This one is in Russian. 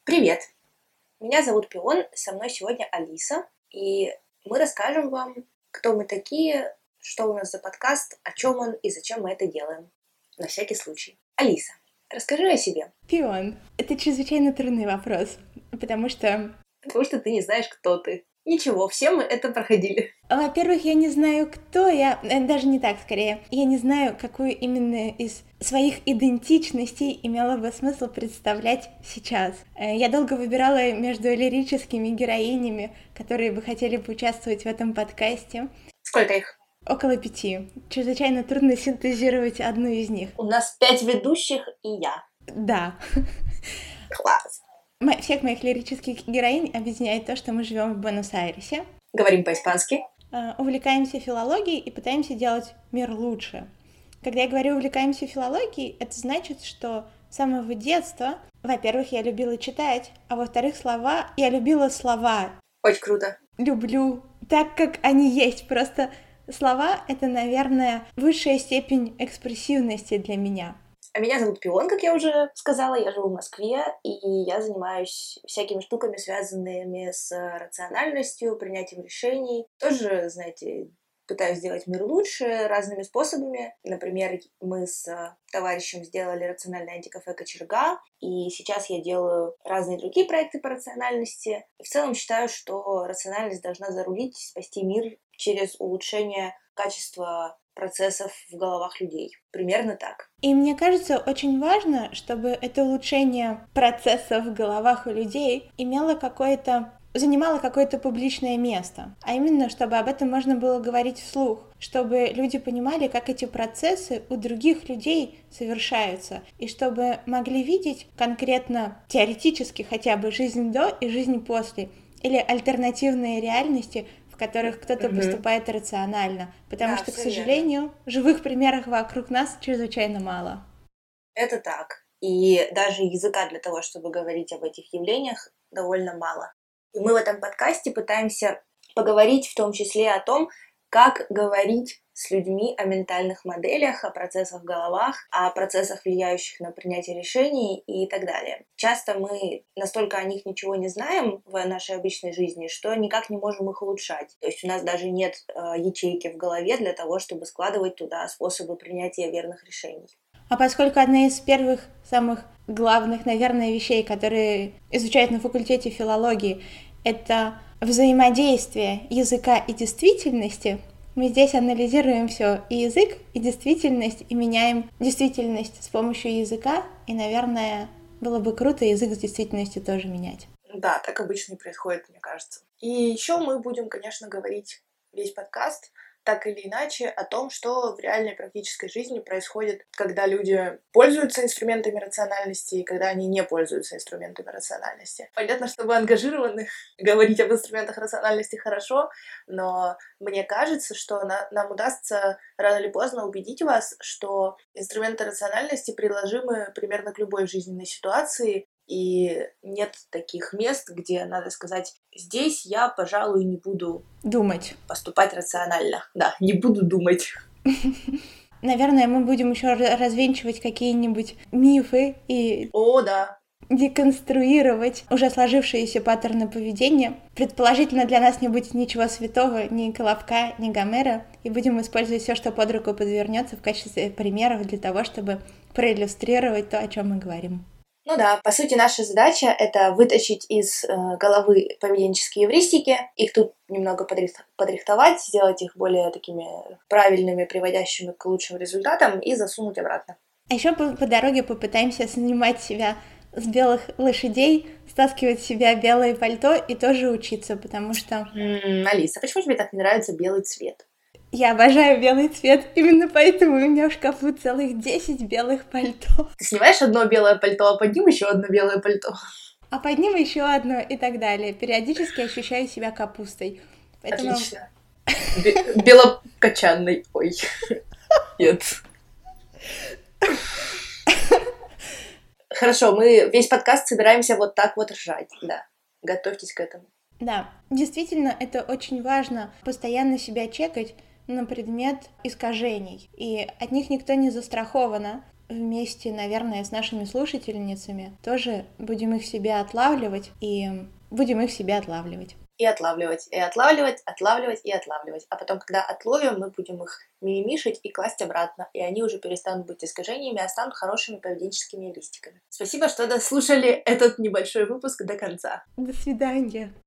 Привет! Меня зовут Пион, со мной сегодня Алиса, и мы расскажем вам, кто мы такие, что у нас за подкаст, о чем он и зачем мы это делаем. На всякий случай. Алиса, расскажи о себе. Пион, это чрезвычайно трудный вопрос, потому что ты не знаешь, кто ты. Ничего, все мы это проходили. Во-первых, я не знаю, кто я, даже не так, скорее. Я не знаю, какую именно из своих идентичностей имело бы смысл представлять сейчас. Я долго выбирала между лирическими героинями, которые бы хотели поучаствовать в этом подкасте. Сколько их? Около 5. Чрезвычайно трудно синтезировать одну из них. У нас 5 ведущих и я. Да. Класс. Всех моих лирических героинь объединяет то, что мы живем в Буэнос-Айресе. Говорим по-испански. Увлекаемся филологией и пытаемся делать мир лучше. Когда я говорю «увлекаемся филологией», это значит, что с самого детства, во-первых, я любила читать, а во-вторых, я любила слова. Очень круто. Люблю так, как они есть. Просто слова — это, наверное, высшая степень экспрессивности для меня. А меня зовут Пион, как я уже сказала, я живу в Москве, и я занимаюсь всякими штуками, связанными с рациональностью, принятием решений. Тоже, знаете, пытаюсь сделать мир лучше разными способами. Например, мы с товарищем сделали рациональное антикафе «Кочерга», и сейчас я делаю разные другие проекты по рациональности. И в целом считаю, что рациональность должна зарулить, спасти мир через улучшение качества процессов в головах людей. Примерно так. И мне кажется, очень важно, чтобы это улучшение процессов в головах у людей занимало какое-то публичное место. А именно, чтобы об этом можно было говорить вслух, чтобы люди понимали, как эти процессы у других людей совершаются, и чтобы могли видеть конкретно, теоретически хотя бы, жизнь до и жизнь после, или альтернативные реальности, в которых кто-то поступает рационально, потому что, к сожалению, живых примеров вокруг нас чрезвычайно мало. Это так. И даже языка для того, чтобы говорить об этих явлениях, довольно мало. И мы в этом подкасте пытаемся поговорить в том числе о том, как говорить с людьми о ментальных моделях, о процессах в головах, о процессах, влияющих на принятие решений и так далее. Часто мы настолько о них ничего не знаем в нашей обычной жизни, что никак не можем их улучшать. То есть у нас даже нет ячейки в голове для того, чтобы складывать туда способы принятия верных решений. А поскольку одна из первых, самых главных, наверное, вещей, которые изучают на факультете филологии, это взаимодействие языка и действительности, мы здесь анализируем все и язык, и действительность, и меняем действительность с помощью языка, и, наверное, было бы круто язык с действительностью тоже менять. Да, так обычно и происходит, мне кажется. И еще мы будем, конечно, говорить весь подкаст так или иначе о том, что в реальной практической жизни происходит, когда люди пользуются инструментами рациональности и когда они не пользуются инструментами рациональности. Понятно, чтобы ангажированных говорить об инструментах рациональности хорошо, но мне кажется, что нам удастся рано или поздно убедить вас, что инструменты рациональности приложимы примерно к любой жизненной ситуации, и нет таких мест, где надо сказать: здесь я, пожалуй, не буду поступать рационально. Да, не буду думать. Наверное, мы будем еще развенчивать какие-нибудь мифы и деконструировать уже сложившиеся паттерны поведения. Предположительно, для нас не будет ничего святого, ни Колобка, ни Гомера, и будем использовать все, что под руку подвернется в качестве примеров для того, чтобы проиллюстрировать то, о чем мы говорим. Ну да, по сути, наша задача — это вытащить из головы поведенческие эвристики, их тут немного подрихтовать, сделать их более такими правильными, приводящими к лучшим результатам, и засунуть обратно. А еще по дороге попытаемся снимать себя с белых лошадей, стаскивать с себя белое пальто и тоже учиться, потому что... Алиса, почему тебе так не нравится белый цвет? Я обожаю белый цвет, именно поэтому у меня в шкафу целых 10 белых пальто. Ты снимаешь одно белое пальто, а под ним еще одно белое пальто. А под ним еще одно и так далее. Периодически ощущаю себя капустой. Поэтому... Отлично. Белокочанной. Ой. Нет. Хорошо, мы весь подкаст собираемся вот так вот ржать. Да, готовьтесь к этому. Да, действительно, это очень важно. Постоянно себя чекать на предмет искажений. И от них никто не застрахован. вместе, наверное, с нашими слушательницами тоже будем их себе отлавливать и будем их себе отлавливать. И отлавливать, и отлавливать, отлавливать и отлавливать. А потом, когда отловим, мы будем их мимимишить и класть обратно. И они уже перестанут быть искажениями, а станут хорошими поведенческими листиками. Спасибо, что дослушали этот небольшой выпуск до конца. До свидания.